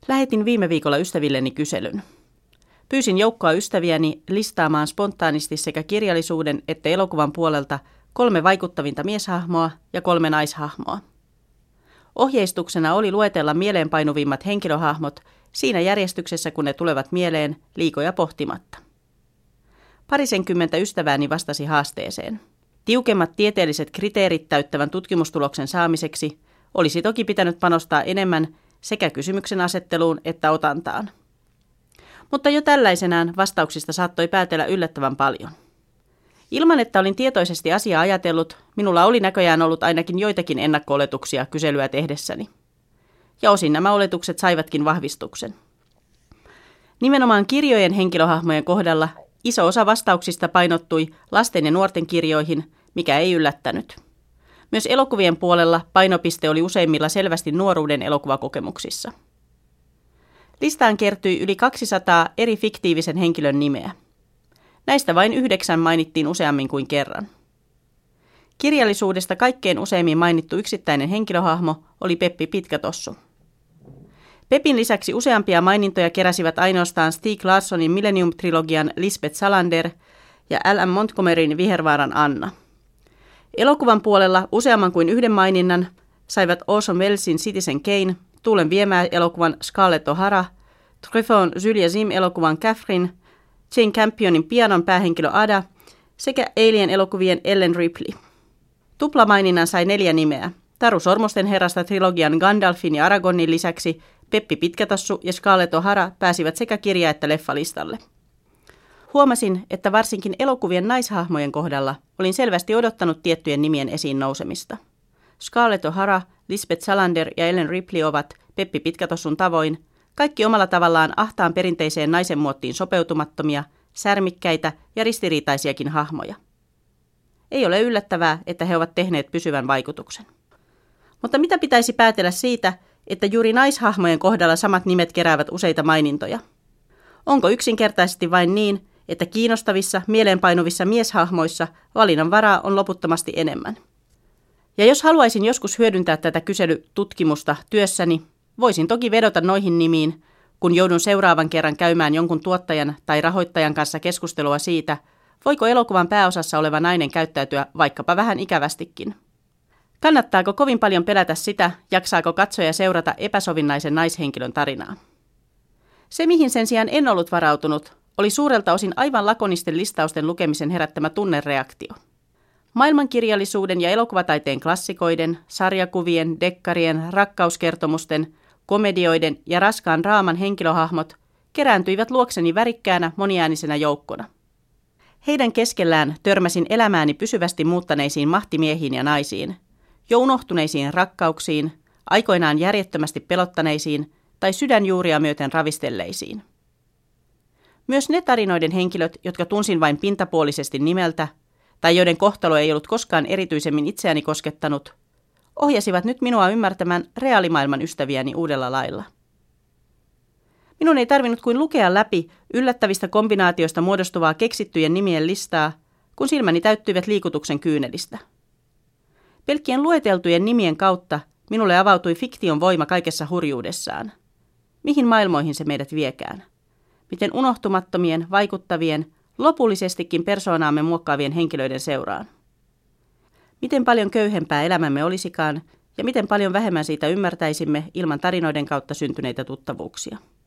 Lähetin viime viikolla ystävilleni kyselyn. Pyysin joukkoa ystäviäni listaamaan spontaanisti sekä kirjallisuuden että elokuvan puolelta 3 vaikuttavinta mieshahmoa ja 3 naishahmoa. Ohjeistuksena oli luetella mieleenpainuvimmat henkilöhahmot siinä järjestyksessä, kun ne tulevat mieleen liikoja pohtimatta. Parisenkymmentä ystävääni vastasi haasteeseen. Tiukemmat tieteelliset kriteerit täyttävän tutkimustuloksen saamiseksi olisi toki pitänyt panostaa enemmän sekä kysymyksen asetteluun että otantaan. Mutta jo tällaisenään vastauksista saattoi päätellä yllättävän paljon. Ilman, että olin tietoisesti asiaa ajatellut, minulla oli näköjään ollut ainakin joitakin ennakko-oletuksia kyselyä tehdessäni. Ja osin nämä oletukset saivatkin vahvistuksen. Nimenomaan kirjojen henkilöhahmojen kohdalla iso osa vastauksista painottui lasten ja nuorten kirjoihin, mikä ei yllättänyt. Myös elokuvien puolella painopiste oli useimmilla selvästi nuoruuden elokuvakokemuksissa. Listaan kertyi yli 200 eri fiktiivisen henkilön nimeä. Näistä vain 9 mainittiin useammin kuin kerran. Kirjallisuudesta kaikkein useimmin mainittu yksittäinen henkilöhahmo oli Peppi Pitkätossu. Pepin lisäksi useampia mainintoja keräsivät ainoastaan Stieg Larssonin Millennium-trilogian Lisbeth Salander ja L.M. Montgomeryn Vihervaaran Anna. Elokuvan puolella useamman kuin 1 maininnan saivat Orson Wellesin Citizen Kane, Tuulen viemää elokuvan Scarlett O'Hara, Truffon Julia Sim-elokuvan Catherine, Jane Campionin Pianon päähenkilö Ada sekä Alien-elokuvien Ellen Ripley. Tuplamaininnan sai 4 nimeä. Taru Sormusten herrasta trilogian Gandalfin ja Aragonin lisäksi Peppi Pitkätossu ja Scarlett O'Hara pääsivät sekä kirja- että leffalistalle. Huomasin, että varsinkin elokuvien naishahmojen kohdalla olin selvästi odottanut tiettyjen nimien esiin nousemista. Scarlett O'Hara, Lisbeth Salander ja Ellen Ripley ovat Peppi Pitkätossun tavoin kaikki omalla tavallaan ahtaan perinteiseen naisen muottiin sopeutumattomia, särmikkäitä ja ristiriitaisiakin hahmoja. Ei ole yllättävää, että he ovat tehneet pysyvän vaikutuksen. Mutta mitä pitäisi päätellä siitä, että juuri naishahmojen kohdalla samat nimet keräävät useita mainintoja? Onko yksinkertaisesti vain niin, että kiinnostavissa, mieleenpainuvissa mieshahmoissa valinnanvaraa on loputtomasti enemmän? Ja jos haluaisin joskus hyödyntää tätä kyselytutkimusta työssäni, voisin toki vedota noihin nimiin, kun joudun seuraavan kerran käymään jonkun tuottajan tai rahoittajan kanssa keskustelua siitä, voiko elokuvan pääosassa oleva nainen käyttäytyä vaikkapa vähän ikävästikin. Kannattaako kovin paljon pelätä sitä, jaksaako katsoja seurata epäsovinnaisen naishenkilön tarinaa? Se, mihin sen sijaan en ollut varautunut, oli suurelta osin aivan lakonisten listausten lukemisen herättämä tunnereaktio. Maailmankirjallisuuden ja elokuvataiteen klassikoiden, sarjakuvien, dekkarien, rakkauskertomusten, komedioiden ja raskaan draaman henkilöhahmot kerääntyivät luokseni värikkäänä moniäänisenä joukkona. Heidän keskellään törmäsin elämääni pysyvästi muuttaneisiin mahtimiehiin ja naisiin, jo unohtuneisiin rakkauksiin, aikoinaan järjettömästi pelottaneisiin tai sydänjuuria myöten ravistelleisiin. Myös ne tarinoiden henkilöt, jotka tunsin vain pintapuolisesti nimeltä, tai joiden kohtalo ei ollut koskaan erityisemmin itseäni koskettanut, ohjasivat nyt minua ymmärtämään reaalimaailman ystäviäni uudella lailla. Minun ei tarvinnut kuin lukea läpi yllättävistä kombinaatioista muodostuvaa keksittyjen nimien listaa, kun silmäni täyttyivät liikutuksen kyynelistä. Pelkkien lueteltujen nimien kautta minulle avautui fiktion voima kaikessa hurjuudessaan. Mihin maailmoihin se meidät viekään? Miten unohtumattomien, vaikuttavien, lopullisestikin persoonaamme muokkaavien henkilöiden seuraan? Miten paljon köyhempää elämämme olisikaan ja miten paljon vähemmän siitä ymmärtäisimme ilman tarinoiden kautta syntyneitä tuttavuuksia?